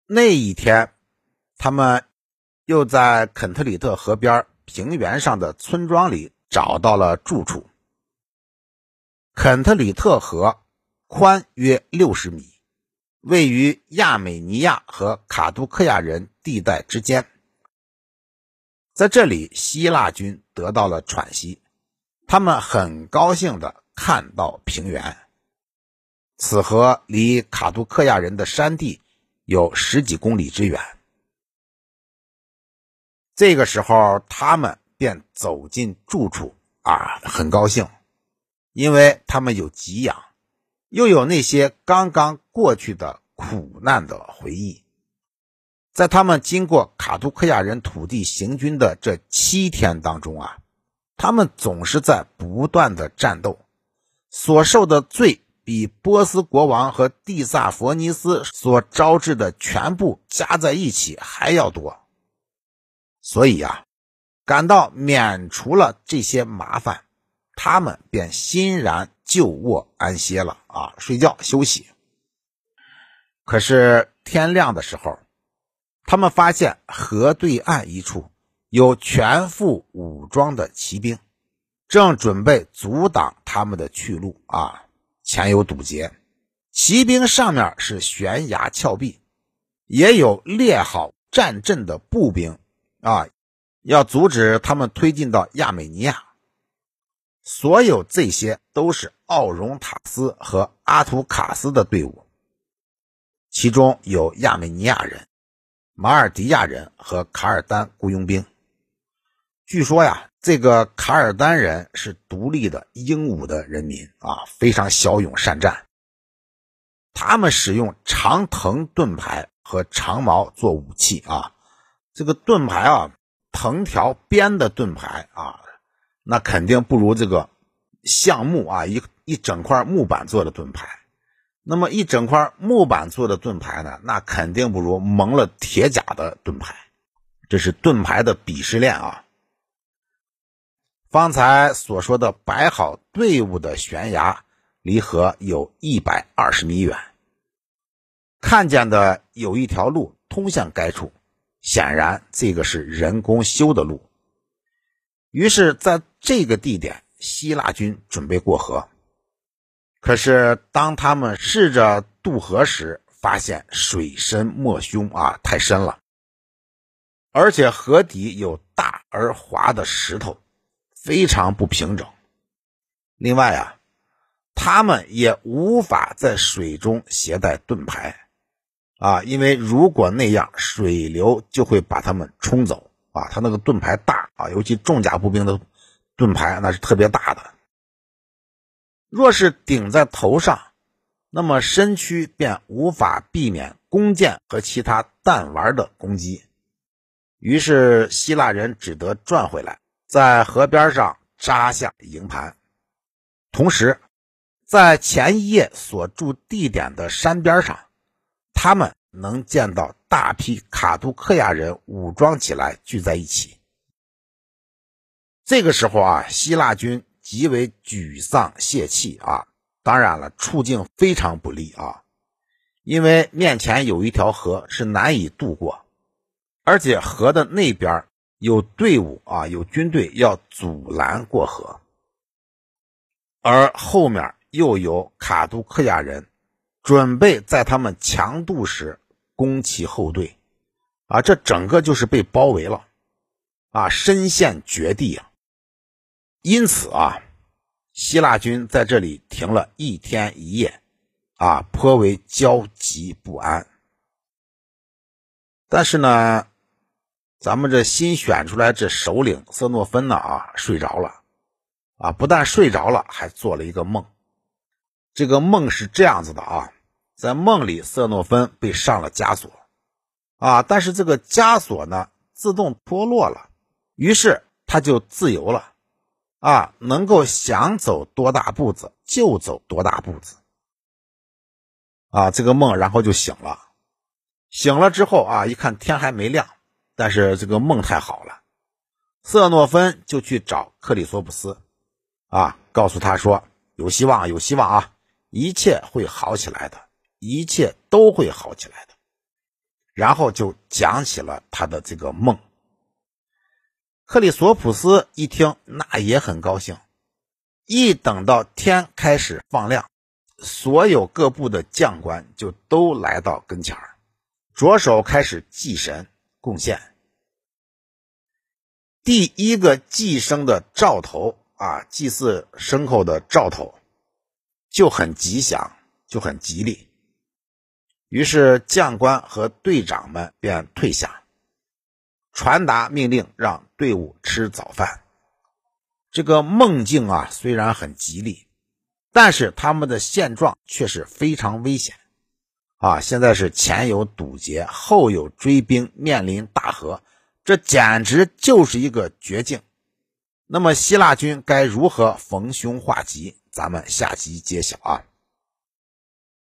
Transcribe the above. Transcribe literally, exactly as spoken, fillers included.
那一天，他们又在肯特里特河边平原上的村庄里找到了住处。肯特里特河宽约六十米，位于亚美尼亚和卡杜克亚人地带之间。在这里，希腊军得到了喘息，他们很高兴地看到平原。此河离卡杜克亚人的山地有十几公里之远。这个时候，他们便走进住处啊，很高兴，因为他们有给养，又有那些刚刚过去的苦难的回忆。在他们经过卡杜克亚人土地行军的这七天当中啊，他们总是在不断的战斗，所受的罪比波斯国王和蒂萨佛尼斯所招致的全部加在一起还要多。所以啊，感到免除了这些麻烦，他们便欣然就卧安歇了啊，睡觉休息。可是天亮的时候，他们发现河对岸一处有全副武装的骑兵，正准备阻挡他们的去路啊，前有堵截。骑兵上面是悬崖峭壁，也有列好战阵的步兵啊，要阻止他们推进到亚美尼亚。所有这些都是奥容塔斯和阿图卡斯的队伍，其中有亚美尼亚人、马尔迪亚人和卡尔丹雇佣兵。据说呀，这个卡尔丹人是独立的英武的人民啊，非常骁勇善战。他们使用长藤盾牌和长矛做武器啊，这个盾牌啊，藤条编的盾牌啊，那肯定不如这个橡木啊，一一整块木板做的盾牌。那么一整块木板做的盾牌呢，那肯定不如蒙了铁甲的盾牌。这是盾牌的鄙视链啊。方才所说的摆好队伍的悬崖离河有一百二十米远，看见的有一条路通向该处，显然这个是人工修的路。于是在这个地点，希腊军准备过河。可是当他们试着渡河时，发现水深莫凶啊，太深了，而且河底有大而滑的石头，非常不平整。另外啊，他们也无法在水中携带盾牌啊，因为如果那样，水流就会把他们冲走啊。他那个盾牌大啊，尤其重甲步兵的盾牌那是特别大的。若是顶在头上，那么身躯便无法避免弓箭和其他弹丸的攻击。于是希腊人只得转回来，在河边上扎下营盘。同时在前一夜所住地点的山边上，他们能见到大批卡杜克亚人武装起来聚在一起。这个时候啊，希腊军极为沮丧泄气啊，当然了，处境非常不利啊，因为面前有一条河是难以渡过，而且河的那边有队伍啊，有军队要阻拦过河，而后面又有卡杜克亚人准备在他们强渡时攻其后队啊，这整个就是被包围了啊，身陷绝地啊。因此啊，希腊军在这里停了一天一夜啊，颇为焦急不安。但是呢，咱们这新选出来这首领色诺芬呢啊，睡着了啊，不但睡着了，还做了一个梦。这个梦是这样子的啊，在梦里色诺芬被上了枷锁啊，但是这个枷锁呢自动脱落了，于是他就自由了啊，能够想走多大步子就走多大步子啊，这个梦然后就醒了。醒了之后啊，一看天还没亮，但是这个梦太好了，色诺芬就去找克里索普斯啊，告诉他说有希望有希望啊，一切会好起来的，一切都会好起来的。 然后就讲起了他的这个梦。克里索普斯一听，那也很高兴。一等到天开始放亮，所有各部的将官就都来到跟前儿，着手开始祭神贡献。第一个祭生的兆头啊，祭祀牲口的兆头就很吉祥，就很吉利。于是将官和队长们便退下，传达命令让队伍吃早饭。这个梦境啊，虽然很吉利，但是他们的现状却是非常危险啊！现在是前有堵截，后有追兵，面临大河，这简直就是一个绝境。那么希腊军该如何逢凶化吉？咱们下集揭晓啊！